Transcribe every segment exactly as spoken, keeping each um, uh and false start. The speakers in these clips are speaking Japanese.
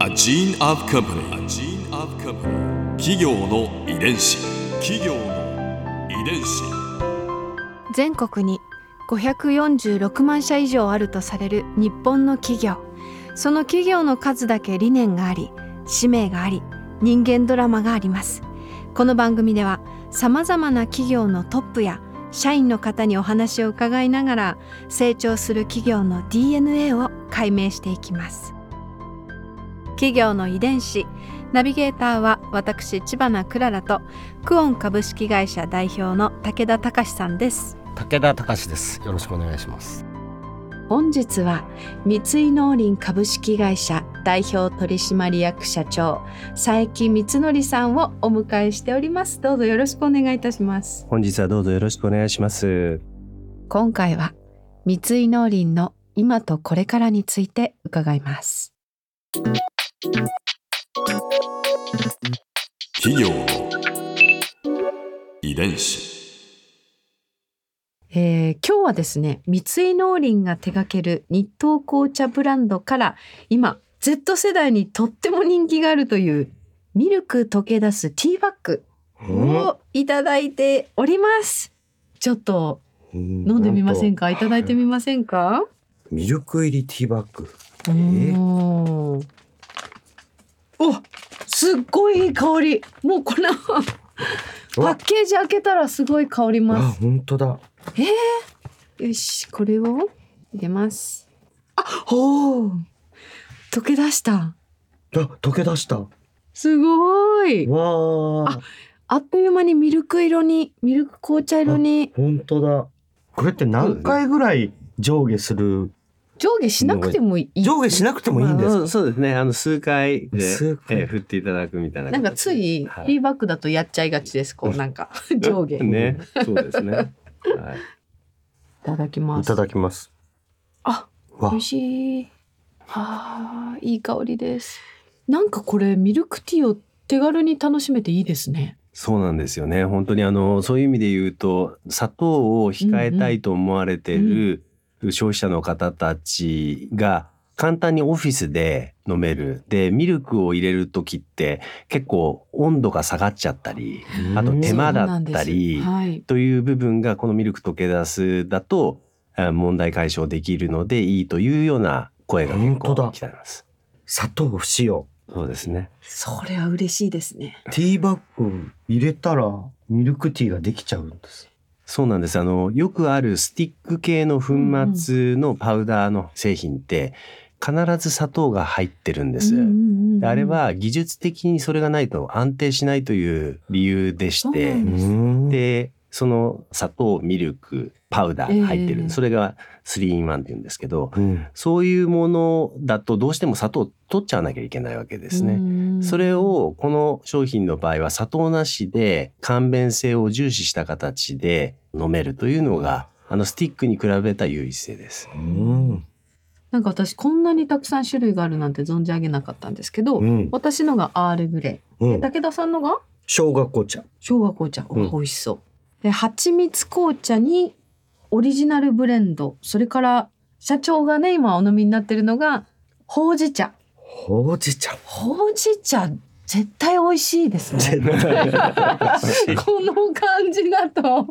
A gene of company. A gene of company. 企業の遺伝子。企業の遺伝子。 全国にごひゃくよんじゅうろくまんしゃ以上あるとされる日本の企業。その企業の数だけ理念があり、使命があり、人間ドラマがあります。この番組ではさまざまな企業のトップや社員の方にお話を伺いながら、成長する企業の ディーエヌエー を解明していきます。企業の遺伝子、ナビゲーターは私知花クララとクオン株式会社代表の武田隆さんです。 武田隆です。よろしくお願いします。 本日は三井農林株式会社代表取締役社長佐伯光則さんをお迎えしております。どうぞよろしくお願いいたします。 本日はどうぞよろしくお願いします。 今回は三井農林の今とこれからについて伺います。 企業の遺伝子。 えー、今日はですね、三井農林が手掛ける日東紅茶ブランドから今 Z 世代にとっても人気があるというミルク溶け出すティーバッグをいただいております。ちょっと飲んでみませんか？いただいてみませんか？ ミルク入りティーバッグ。 えー、おすっごいいい香り。もうこのパッケージ開けたらすごい香ります。 あ、本当だ。 えー、よし、これを入れます。あ、おー、溶け出した。 あ、溶け出した。 すごい。 わあ。 あ、あっという間にミルク色に、ミルク紅茶色に。 本当だ。これって何回ぐらい上下する？ 上下しなくてもいい。 上下しなくてもいいんですか？ まあ、そうですね。あの数回で数回えー振っていただくみたいな。 なんかついティーバッグだとやっちゃいがちです。こうなんか上下。 ね、そうですね。はい。いただきます。 いただきます。 あ、美味しい。はあ、いい香りです。なんかこれミルクティーを手軽に楽しめていいですね。 そうなんですよね。本当にあのそういう意味で言うと、砂糖を控えたいと思われている消費者の方たちが簡単にオフィスで飲める。で、ミルクを入れる時って結構温度が下がっちゃったり、あと手間だったりという部分がこのミルク溶け出すだと問題解消できるのでいいというような声が結構来ています。 砂糖不使用。 そうですね。 それは嬉しいですね。 ティーバッグ入れたらミルクティーができちゃうんです。 そうなんです。あのよくあるスティック系の粉末のパウダーの製品って必ず砂糖が入ってるんです。で、あれは技術的にそれがないと安定しないという理由でして、でその砂糖、ミルク、パウダー入ってる、えー、それがスリーインワンって言うんですけど、うん、そういうものだとどうしても砂糖取っちゃわなきゃいけないわけですね。それをこの商品の場合は砂糖なしで簡便性を重視した形で飲めるというのがあのスティックに比べた優位性です。うん、 なんか私こんなにたくさん種類があるなんて存じ上げなかったんですけど、うん、私のがアールグレイ、うん、武田さんのが生姜紅茶。 生姜紅茶、うん、美味しそう。で、蜂蜜紅茶にオリジナルブレンド、それから社長がね今お飲みになってるのがほうじ茶。 ほうじ茶。 ほうじ茶絶対美味しいですね。この感じだと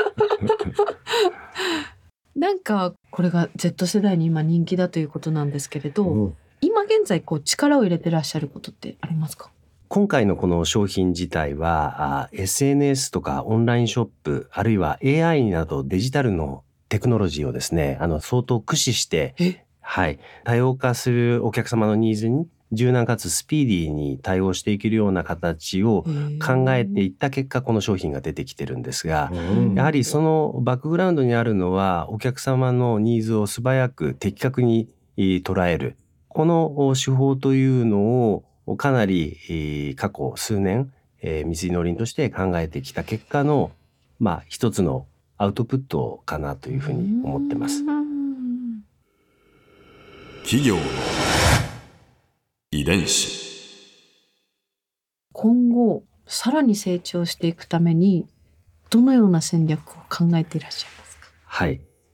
なんかこれが Z 世代に今人気だということなんですけれど、うん、今現在こう力を入れてらっしゃることってありますか？ 今回のこの商品自体は エスエヌエス とかオンラインショップ、あるいは エーアイ などデジタルのテクノロジーをですね、あの相当駆使して、はい、多様化するお客様のニーズに柔軟かつスピーディーに対応していけるような形を考えていった結果、この商品が出てきてるんですが、やはりそのバックグラウンドにあるのはお客様のニーズを素早く的確に捉える、この手法というのをかなり過去数年、えー、三井農林として考えてきた結果の、まあ、一つのアウトプットかなというふうに思ってます。 企業の遺伝子。 今後さらに成長していくためにどのような戦略を考えていらっしゃいますか？ はい。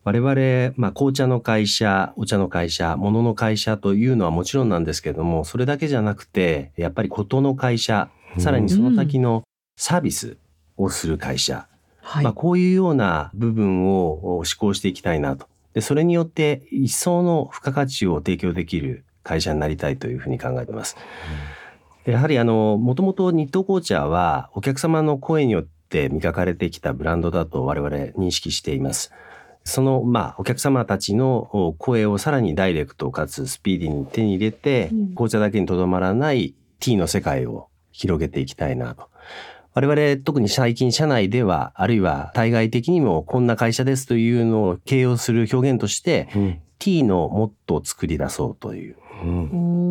我々、まあ、紅茶の会社、お茶の会社、物の会社というのはもちろんなんですけれども、それだけじゃなくて、やっぱりことの会社、さらにその先のサービスをする会社、 はい、 まあ、こういうような部分を施行していきたいなと。で、それによって一層の付加価値を提供できる会社になりたいというふうに考えています。うん、やはりあの、もともと日東紅茶はお客様の声によって磨かれてきたブランドだと我々認識しています。その、まあ、お客様たちの声をさらにダイレクトかつスピーディーに手に入れて、うん、紅茶だけにとどまらないティーの世界を広げていきたいなと。我々特に最近社内では、あるいは対外的にもこんな会社ですというのを形容する表現として、うん、ティーのモットーを作り出そうという、うん、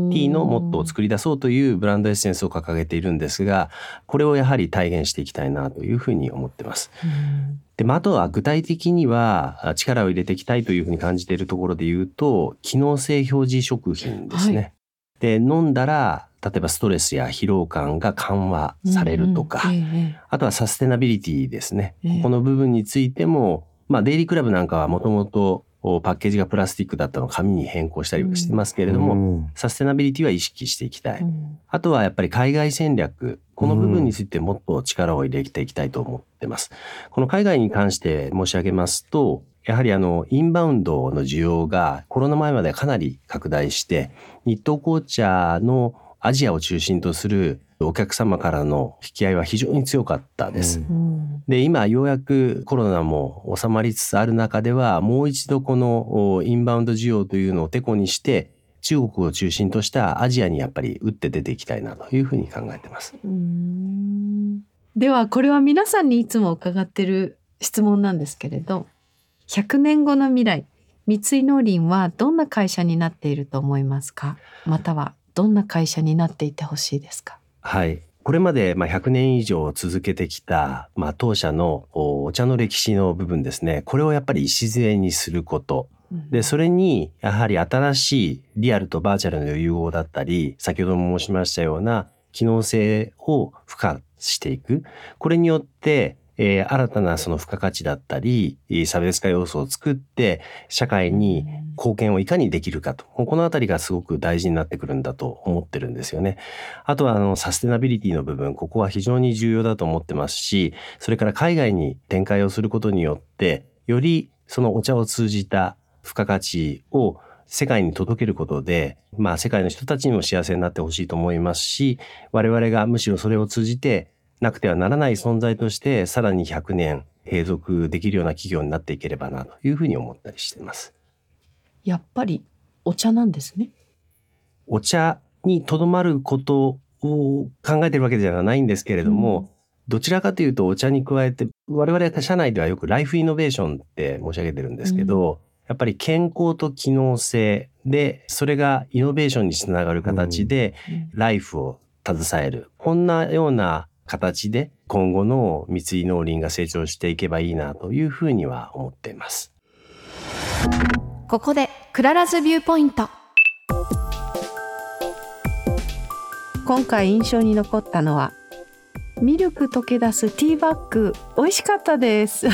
ティーのモットーを作り出そうというブランドエッセンスを掲げているんですが、これをやはり体現していきたいなというふうに思っています。うん、で、まあ、あとは具体的には力を入れていきたいというふうに感じているところで言うと、機能性表示食品ですね。はい、で、飲んだら例えばストレスや疲労感が緩和されるとか、うんうんええ、あとはサステナビリティですね、ええ、この部分についても、まあ、デイリークラブなんかはもともとパッケージがプラスチックだったのを紙に変更したりしてますけれども、うん、サステナビリティは意識していきたい、うん、あとはやっぱり海外戦略、この部分についてもっと力を入れていきたいと思ってます。この海外に関して申し上げますと、やはりあのインバウンドの需要がコロナ前まではかなり拡大して、日東紅茶のアジアを中心とするお客様からの引き合いは非常に強かったです。うん、で、今ようやくコロナも収まりつつある中では、もう一度このインバウンド需要というのをてこにして、中国を中心としたアジアにやっぱり打って出ていきたいなというふうに考えています。 うーん、ではこれは皆さんにいつも伺っている質問なんですけれど、ひゃくねんごの未来、三井農林はどんな会社になっていると思いますか？またはどんな会社になっていてほしいですか？ はい。これまでまあひゃくねん以上続けてきた、まあ、当社のお茶の歴史の部分ですね。これをやっぱり礎にすること。で、それにやはり新しいリアルとバーチャルの融合だったり、先ほども申しましたような機能性を付加していく。これによって、えー、新たなその付加価値だったり、差別化要素を作って、社会に貢献をいかにできるかと。このあたりがすごく大事になってくるんだと思ってるんですよね。あとはあのサステナビリティの部分、ここは非常に重要だと思ってますし、それから海外に展開をすることによって、よりそのお茶を通じた付加価値を世界に届けることで、まあ世界の人たちにも幸せになってほしいと思いますし、我々がむしろそれを通じてなくてはならない存在としてさらにひゃくねん継続できるような企業になっていければなというふうに思ったりしています。 やっぱりお茶なんですね。 お茶にとどまることを考えているわけではないんですけれども、うん、どちらかというとお茶に加えて我々社内ではよくライフイノベーションって申し上げてるんですけど、うん、やっぱり健康と機能性でそれがイノベーションにつながる形でライフを携える、こんなような形で今後の三井農林が成長していけばいいなというふうには思っています。 ここでクララズビューポイント。今回印象に残ったのはミルク溶け出すティーバッグ、美味しかったです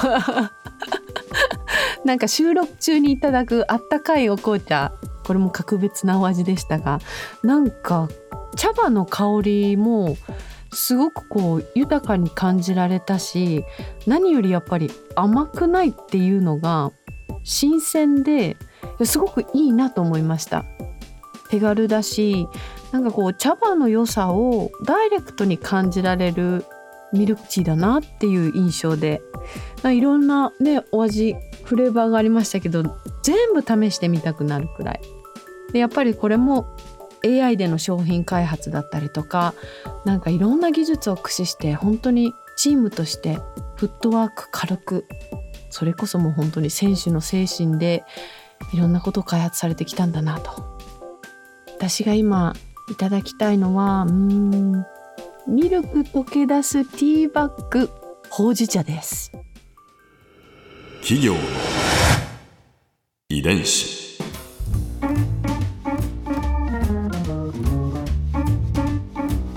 なんか収録中にいただくあったかいお紅茶、これも格別なお味でしたが、なんか茶葉の香りもすごくこう豊かに感じられたし、何よりやっぱり甘くないっていうのが新鮮ですごくいいなと思いました。手軽だし、なんかこう茶葉の良さをダイレクトに感じられるミルクティーだなっていう印象で、いろんなねお味フレーバーがありましたけど、全部試してみたくなるくらいで、やっぱりこれもエーアイ での商品開発だったりとか、なんかいろんな技術を駆使して本当にチームとしてフットワーク軽く、それこそもう本当に選手の精神でいろんなことを開発されてきたんだなと。私が今いただきたいのはうーんミルク溶け出すティーバッグほうじ茶です。 企業の遺伝子。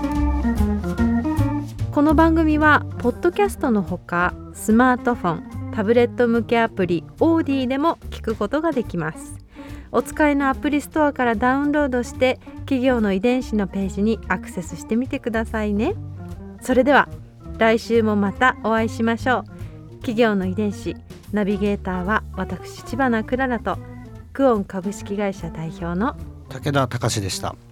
この番組はポッドキャストのほかスマートフォン、 タブレット向けアプリオーディでも聞くことができます。お使いのアプリストアからダウンロードして企業の遺伝子のページにアクセスしてみてくださいね。それでは来週もまたお会いしましょう。企業の遺伝子ナビゲーターは私知花くららとクオン株式会社代表の武田隆でした。